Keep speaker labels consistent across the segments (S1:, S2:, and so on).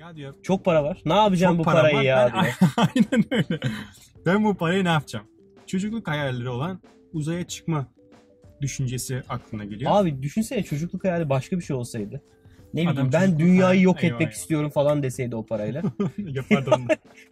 S1: Ya diyor,
S2: çok para var. Ne yapacağım bu
S1: çok param
S2: parayı
S1: var.
S2: ya
S1: Ben,
S2: diyor.
S1: aynen öyle. Ben bu parayı ne yapacağım? Çocukluk hayalleri olan uzaya çıkma düşüncesi aklına geliyor.
S2: Abi düşünsene çocukluk hayali başka bir şey olsaydı. Ne
S1: Adam
S2: bileyim ben
S1: çocukluk
S2: dünyayı
S1: hayali-
S2: yok
S1: Eyvah,
S2: etmek
S1: eyvah.
S2: istiyorum falan deseydi o parayla.
S1: Yapardı onu.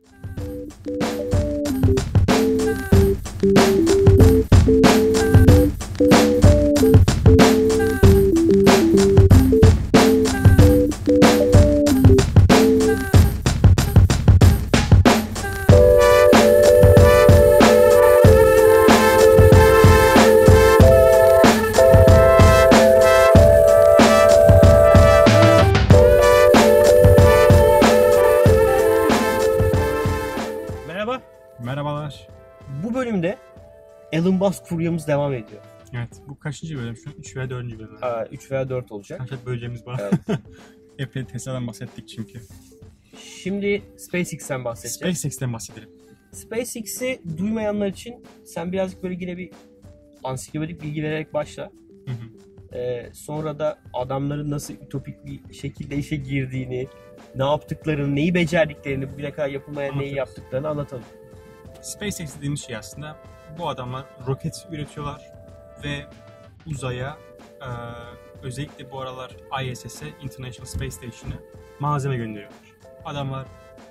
S2: Merhaba.
S1: Merhabalar.
S2: Bu bölümde Elon Musk furyamız devam ediyor.
S1: Evet, bu kaçıncı bölüm? Şu an 3 veya 4. bölüm.
S2: 3 veya 4 olacak.
S1: Kaç böleceğimiz var.
S2: Evet.
S1: Epey Tesla'dan bahsettik çünkü.
S2: Şimdi SpaceX'ten bahsedeceğiz.
S1: SpaceX'ten bahsedelim.
S2: SpaceX'i duymayanlar için sen birazcık böyle yine bir ansiklopedik bilgi vererek başla.
S1: Hı hı.
S2: Sonra da adamların nasıl ütopik bir şekilde işe girdiğini, ne yaptıklarını, neyi becerdiklerini, bugüne kadar yapılmayan neyi
S1: Anlatırız.
S2: yaptıklarını anlatalım.
S1: SpaceX dediğimiz şey aslında bu adamlar roket üretiyorlar ve uzaya özellikle bu aralar ISS'e International Space Station'a malzeme gönderiyorlar. Adamlar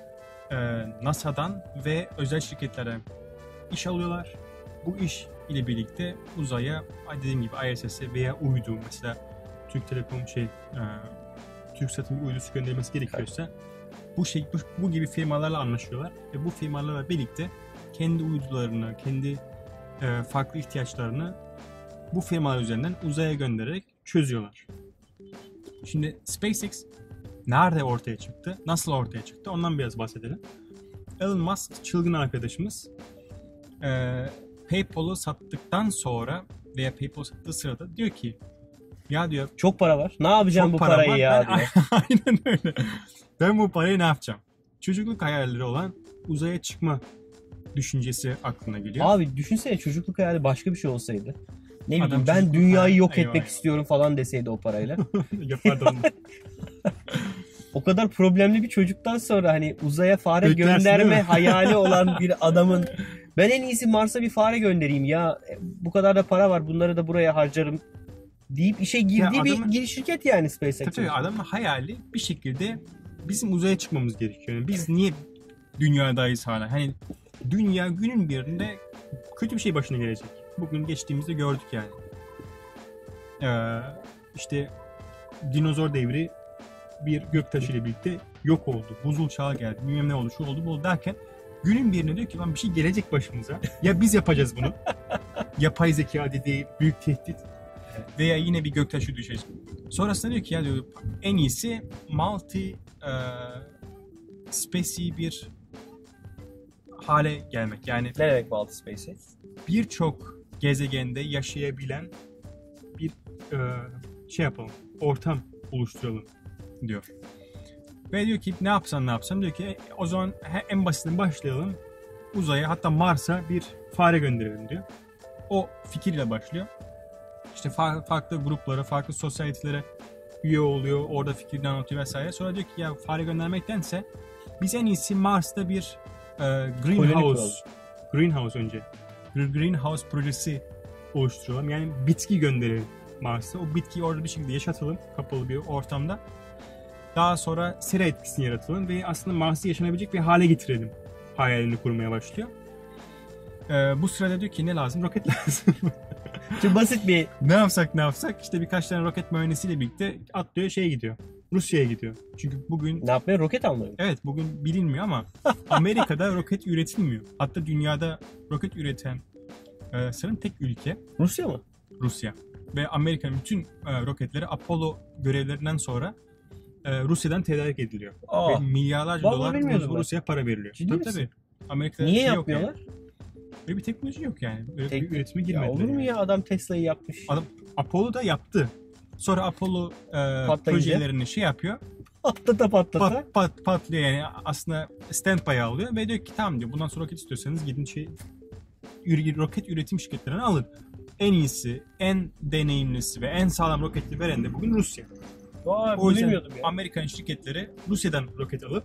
S1: NASA'dan ve özel şirketlerden iş alıyorlar. Bu iş ile birlikte uzaya dediğim gibi ISS'e veya uydu mesela Türk Telekom TürkSat'ın bir uydusu gönderilmesi gerekiyorsa bu gibi firmalarla anlaşıyorlar ve bu firmalarla birlikte kendi uydularını, kendi farklı ihtiyaçlarını bu firmalar üzerinden uzaya göndererek çözüyorlar. Şimdi SpaceX nerede ortaya çıktı, nasıl ortaya çıktı ondan biraz bahsedelim. Elon Musk çılgın arkadaşımız PayPal'ı sattıktan sonra veya PayPal sattığı sırada diyor ki ya diyor
S2: Çok para var. Ne yapacağım
S1: çok
S2: bu
S1: param
S2: parayı
S1: var.
S2: ya
S1: Ben,
S2: diyor.
S1: aynen öyle. Ben bu parayı ne yapacağım? Çocukluk hayalleri olan uzaya çıkma düşüncesi aklına geliyor.
S2: Abi düşünsene çocukluk hayali başka bir şey olsaydı. Ne bileyim
S1: Adam
S2: ben
S1: çocukluk
S2: dünyayı
S1: hayali-
S2: yok
S1: Eyvah,
S2: etmek
S1: eyvah.
S2: istiyorum falan deseydi o parayla.
S1: Yapardı onu.
S2: O kadar problemli bir çocuktan sonra hani uzaya fare
S1: Beklersin, değil
S2: gönderme
S1: mi?
S2: hayali olan bir adamın ben en iyisi Mars'a bir fare göndereyim ya bu kadar da para var bunları da buraya harcarım deyip işe girdiği
S1: adamın-
S2: bir şirket yani SpaceX.
S1: Tabii adamın hayali bir şekilde bizim uzaya çıkmamız gerekiyor. Yani biz niye dünyadayız hala? Hani dünya günün birinde kötü bir şey başına gelecek. Bugün geçtiğimizde gördük yani. İşte dinozor devri bir göktaşı ile birlikte yok oldu. Buzul çağı geldi. Bilmem ne oldu, şu oldu, bu oldu derken günün birine diyor ki lan bir şey gelecek başımıza. Ya biz yapacağız bunu. Yapay zeka dediği büyük tehdit. Veya yine bir göktaşı düşecek. Sonrasında diyor ki ya diyor en iyisi multi specie bir hale gelmek. Yani
S2: Ne demek Baltı SpaceX?
S1: birçok gezegende yaşayabilen bir şey yapalım. Ortam oluşturalım diyor. Ve diyor ki ne yapsam diyor ki o zaman en basitinden başlayalım. Uzaya hatta Mars'a bir fare gönderelim diyor. O fikirle başlıyor. İşte farklı gruplara, farklı society'lere üye oluyor. Orada fikrini anlatıyor vesaire. Sonra diyor ki ya fare göndermektense biz en iyisi Mars'ta bir greenhouse önce. Greenhouse projesi oluşturalım. Yani bitki gönderelim Mars'a. O bitkiyi orada bir şekilde yaşatalım. Kapalı bir ortamda. Daha sonra sera etkisini yaratalım ve aslında Mars'ı yaşanabilecek bir hale getirelim. Hayalini kurmaya başlıyor. Bu sırada diyor ki ne lazım? Roket lazım.
S2: Çok basit bir
S1: Ne yapsak işte birkaç tane roket mühendisiyle birlikte atlıyor şeye gidiyor. Rusya'ya gidiyor. Çünkü bugün
S2: ne yapmaya roket almayı.
S1: evet bugün bilinmiyor ama Amerika'da roket üretilmiyor. Hatta dünyada roket üreten sanırım tek ülke
S2: Rusya mı?
S1: Rusya. Ve Amerika'nın bütün roketleri Apollo görevlerinden sonra Rusya'dan tedarik ediliyor.
S2: Aa,
S1: Ve milyarlarca
S2: vallahi
S1: dolar
S2: bilmiyordum ben.
S1: Rusya'ya para veriliyor.
S2: Ciddi
S1: Tabii
S2: misin?
S1: tabii. Amerika'da
S2: Niye
S1: şey yok yani.
S2: yapmıyorlar?
S1: Böyle bir teknoloji yok yani. Böyle
S2: Tek-
S1: bir üretime
S2: Ya
S1: girmediler.
S2: olur mu
S1: yani.
S2: ya adam Tesla'yı yapmış.
S1: Adam Apollo da yaptı. Sonra Apollo projelerini şey yapıyor.
S2: Patlata.
S1: Patlıyor yani aslında standby'a alıyor ve diyor ki tamam diyor bundan sonra roket istiyorsanız gidin roket üretim şirketlerini alın. En iyisi, en deneyimlisi ve en sağlam roketli veren de bugün Rusya.
S2: Vay,
S1: O yüzden
S2: bilmiyordum ya.
S1: Amerikan şirketleri Rusya'dan roket alıp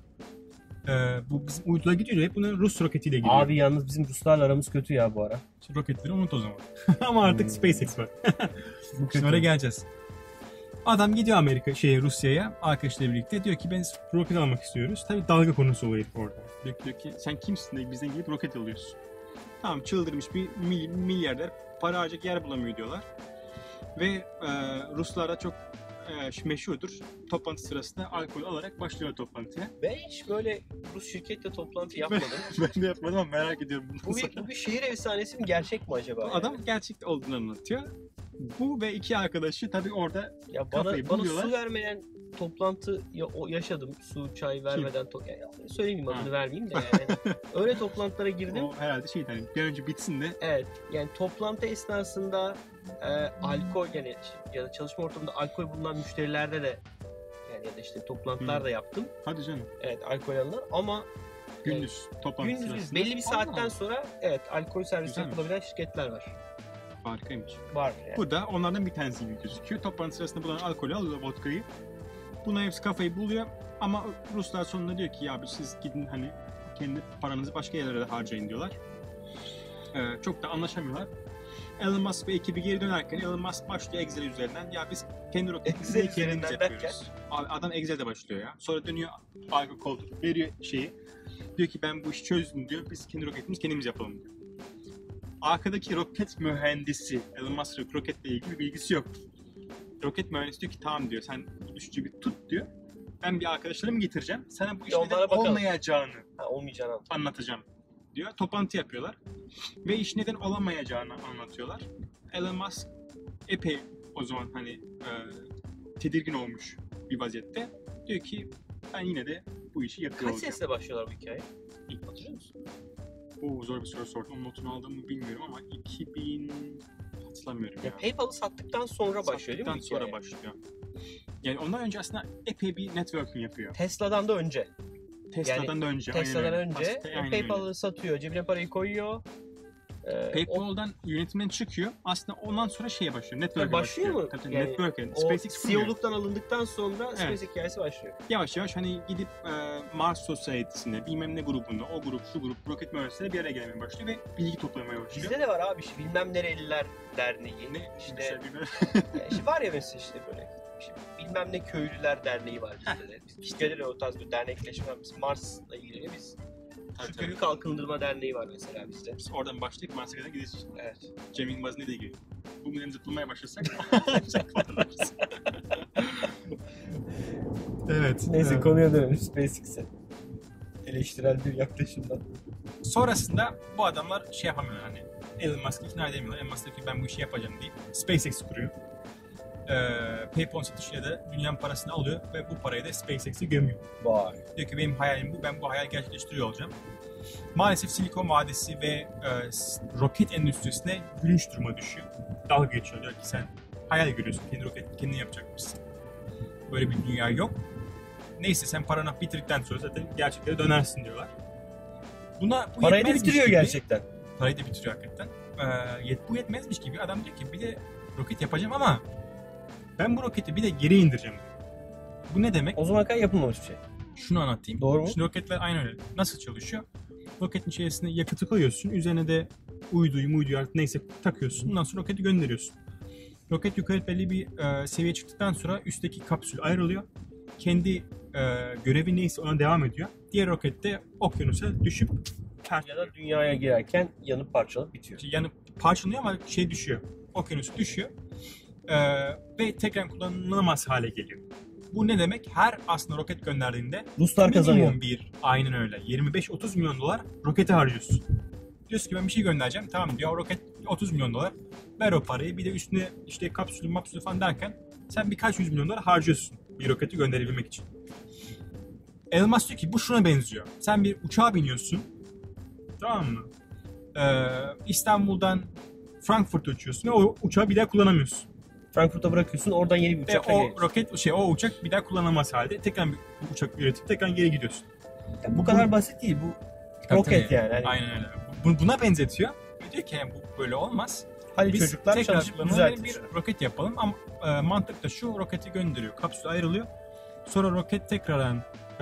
S1: bu bizim uydular gidiyor hep bunların Rus roketiyle gidiyor.
S2: Abi yalnız bizim Ruslarla aramız kötü ya bu ara.
S1: Şimdi roketleri unut o zaman. Ama artık SpaceX var.
S2: Bu kötü.
S1: Sonra geleceğiz. Adam gidiyor Rusya'ya arkadaşlarıyla birlikte diyor ki biz roket almak istiyoruz. Tabii dalga konusu oluyor orada. Diyor ki sen kimsin de bizden gelip roket alıyorsun. Tamam çıldırmış bir milyarder para harcayacak yer bulamıyor diyorlar. Ve Ruslar da çok meşhurdur. Toplantı sırasında alkol alarak başlıyor toplantıya.
S2: Ben hiç böyle Rus şirketle toplantı yapmadım.
S1: Ben de yapmadım ama merak ediyorum.
S2: bu bir şehir efsanesi mi, gerçek mi acaba?
S1: Adam gerçek olduğunu anlatıyor. Bu ve iki arkadaşı tabii orada
S2: ya
S1: kafayı
S2: bana
S1: buluyorlar.
S2: su vermeyen toplantı yaşadım. Su, çay vermeden söyleyeyim adını vermeyeyim de yani. Öyle toplantılara girdim.
S1: O herhalde hani bir an önce bitsin de.
S2: Evet. Yani toplantı esnasında alkol yani ya da çalışma ortamında alkol bulunan müşterilerde de yani ya da işte toplantılar da yaptım.
S1: Hadi canım.
S2: Evet, alkol alınan ama
S1: Gündüz toplantı
S2: gündüz
S1: sırasında.
S2: belli bir saatten
S1: Allah.
S2: sonra evet alkol servisi
S1: Güzelmiş.
S2: yapılabilen şirketler var.
S1: Harikaymış.
S2: Var yani.
S1: Bu da onlardan bir tanesi gibi gözüküyor. Toplantı sırasında bulan alkolü alıyor, vodkayı. Buna hepsi kafayı buluyor. Ama Ruslar sonunda diyor ki ya abi siz gidin hani kendi paranızı başka yerlere de harcayın diyorlar. Çok da anlaşamıyorlar. Elon Musk ve ekibi geri dönerken Elon Musk başlıyor Excel üzerinden. Ya biz kendi roketimizi
S2: Excel
S1: kendimiz
S2: üzerinden
S1: yapıyoruz. Adam Excel'de başlıyor ya. Sonra dönüyor arka koltuk veriyor şeyi. Diyor ki ben bu işi çözdüm diyor. Biz kendi roketimizi kendimiz yapalım diyor. Arkadaki roket mühendisi Elon Musk'ın roketle ilgili bir bilgisi yok. Roket mühendisi diyor ki tamam diyor sen bu düşücü bir tut diyor. Ben bir arkadaşlarımı getireceğim. Sana bu işin
S2: onlara
S1: neden
S2: bakalım.
S1: olmayacağını
S2: Olmayacağını
S1: anlatacağım diyor. Toplantı yapıyorlar. Ve iş neden olamayacağını anlatıyorlar. Elon Musk epey o zaman tedirgin olmuş bir vaziyette. Diyor ki ben yine de bu işi yapıyor
S2: Kaç
S1: olacağım.
S2: sesle başlıyorlar bu hikaye? Hatırlıyor musun?
S1: Zor bir soru sordum. Onun notunu aldığımı bilmiyorum ama 2000 hatırlamıyorum ya.
S2: PayPal'ı sattıktan sonra başlıyor değil mi?
S1: Sattıktan sonra başlıyor. Yani ondan önce aslında epey bir networking yapıyor.
S2: Tesla'dan da önce.
S1: Tesla'dan da önce.
S2: Tesla'dan
S1: aynen öyle.
S2: önce
S1: Aynen öyle.
S2: PayPal'ı satıyor, cebine parayı koyuyor.
S1: PayPal'dan yönetimden çıkıyor. Aslında ondan sonra şeye başlıyor. Network'e
S2: başlıyor mu?
S1: Tabii,
S2: Yani
S1: network'e.
S2: O
S1: SpaceX kuruyor.
S2: CEO'luktan alındıktan sonra SpaceX hikayesi başlıyor.
S1: Yavaş yavaş hani gidip Mars Society'sine, bilmem ne grubuna, o grup, şu grup, roket mühendisleri bir araya gelmeye başlıyor ve bilgi toplamaya başlıyor.
S2: Bizde de var abi işte bilmem nereliler derneği.
S1: Ne
S2: İşte,
S1: şey bilmem.
S2: işte var ya mesela işte böyle işte bilmem ne köylüler derneği var bizde de. Bizde de o tarz bir dernekleşme var. Biz Mars'la ilgili biz
S1: Tabii,
S2: şu köyü kalkındırma derneği var mesela bizde.
S1: Biz oradan başlayıp Mars'a kadar gideceğiz.
S2: Evet.
S1: Cem Yılmaz ne diye geliyor? Bugün zıplamaya başlasak Evet.
S2: Neyse konuya dönelim SpaceX'e. Eleştirel bir yaklaşımdan.
S1: Sonrasında bu adamlar şey yapamıyor hani. Elon Musk'ı ikna edemiyorlar. Elon Musk diyor ki ben bu işi yapacağım deyip SpaceX kuruyor. PayPal satışıyla da dünyanın parasını alıyor ve bu parayı da SpaceX'e gömüyor.
S2: Vay.
S1: Diyor ki benim hayalim bu, ben bu hayali gerçekleştiriyor olacağım. Maalesef Silikon Vadisi ve roket endüstrisine gülünç duruma düşüyor. Dalga geçiyor. Diyor ki sen hayal görüyorsun, kendi roketini kendin yapacakmışsın. Böyle bir dünya yok. Neyse sen paranı bitirdikten sonra zaten gerçeklere dönersin diyorlar. Bu
S2: Parayı da
S1: yetmezmiş
S2: bitiriyor
S1: gibi-
S2: gerçekten.
S1: Parayı da bitiriyor hakikaten. Bu yetmezmiş gibi adam diyor ki bir de roket yapacağım ama ben bu roketi bir de geri indireceğim. Bu ne demek?
S2: O zamana kadar yapılmamış bir şey.
S1: Şunu anlatayım.
S2: Doğru mu?
S1: Şimdi roketler aynı öyle. Nasıl çalışıyor? Roketin içerisine yakıtı koyuyorsun. Üzerine de uyduyu artık neyse takıyorsun. Ondan sonra roketi gönderiyorsun. Roket yukarı belli bir seviye çıktıktan sonra üstteki kapsül ayrılıyor. Kendi görevi neyse ona devam ediyor. Diğer roket de okyanusa düşüp
S2: Ya da dünyaya girerken yanıp parçalanıp bitiyor.
S1: yanıp parçalanıyor ama şey düşüyor. Okyanusa düşüyor. Ve tekrar kullanılamaz hale geliyor. Bu ne demek? Her aslında roket gönderdiğinde
S2: Ruslar kazanıyor.
S1: aynen öyle 25-30 milyon dolar rokete harcıyorsun. Diyorsun ki ben bir şey göndereceğim. Tamam diyor o roket 30 milyon dolar. Ver o parayı bir de üstüne işte kapsülü falan derken sen birkaç yüz milyon dolar harcıyorsun bir roketi gönderebilmek için. Elon Musk diyor ki bu şuna benziyor. Sen bir uçağa biniyorsun. Tamam mı? İstanbul'dan Frankfurt'a uçuyorsun ve o uçağı bir daha kullanamıyorsun.
S2: Frankfurt'a bırakıyorsun, oradan yeni bir
S1: Ve
S2: uçakla
S1: o
S2: geliyorsun.
S1: o uçak bir daha kullanılamaz halde. Tekrar bir uçak üretip tekrar geri gidiyorsun.
S2: Ya bu kadar basit değil. Bu roket yani. Hani
S1: Aynen öyle. Buna benzetiyor. Ve diyor ki yani bu böyle olmaz.
S2: Hadi
S1: Biz
S2: çocuklar
S1: tekrar
S2: çalışıp
S1: böyle
S2: düzeltin.
S1: bir roket yapalım ama mantık da şu, roketi gönderiyor. Kapsül ayrılıyor. Sonra roket tekrardan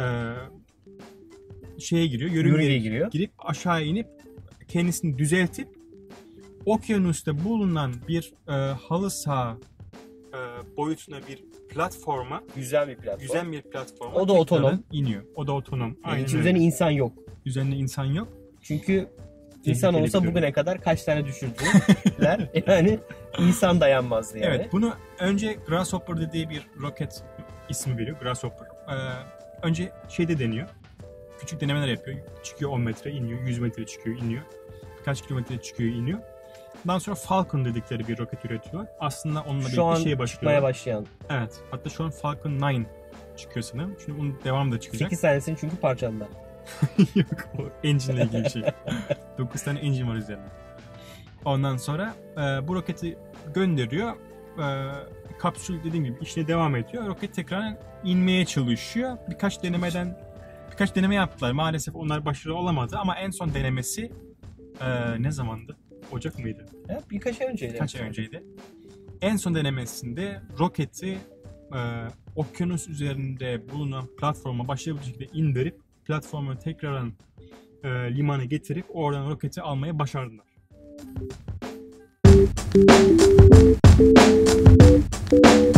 S1: şeye giriyor.
S2: Yörüngeye giriyor.
S1: Girip aşağı inip kendisini düzeltip okyanusta bulunan bir halı saha boyutuna bir platforma,
S2: Güzel bir platform.
S1: yüzen bir platforma
S2: O da
S1: tekrardan
S2: otonom.
S1: iniyor. O da otonom.
S2: Yani
S1: Aynen
S2: hiç
S1: öyle.
S2: üzerine insan yok.
S1: Üzerinde insan yok.
S2: Çünkü insan
S1: Tehlikeli
S2: olsa
S1: bir durum.
S2: bugüne kadar kaç tane düşürdüler. Yani insan dayanmazdı yani.
S1: Evet, bunu önce Grasshopper dediği bir roket ismi veriyor. Grasshopper. Önce şeyde deniyor. Küçük denemeler yapıyor. Çıkıyor 10 metre, iniyor. 100 metre çıkıyor, iniyor. Birkaç kilometre çıkıyor, iniyor. Ondan sonra Falcon dedikleri bir roket üretiyorlar. Aslında onunla
S2: Şu
S1: birlikte
S2: an
S1: şeye
S2: çıkmaya
S1: başlıyorlar.
S2: başlayan.
S1: Evet. Hatta şu an Falcon 9 çıkıyor sanırım. Şimdi bunun devamı da çıkacak.
S2: 8 tanesini çünkü parçaladılar.
S1: Yok, o engine ile ilgili bir şey. 9 tane engine var üzerinde. Ondan sonra bu roketi gönderiyor. Kapsül dediğim gibi işine devam ediyor. Roket tekrar inmeye çalışıyor. Birkaç deneme yaptılar. Maalesef onlar başarılı olamadı ama en son denemesi ne zamandı? Ocak mıydı?
S2: Ya, birkaç ay önceydi.
S1: Kaç ay önceydi? En son denemesinde roketi okyanus üzerinde bulunan platforma başarılı bir şekilde indirip platformu tekrar limana getirip oradan roketi almayı başardılar.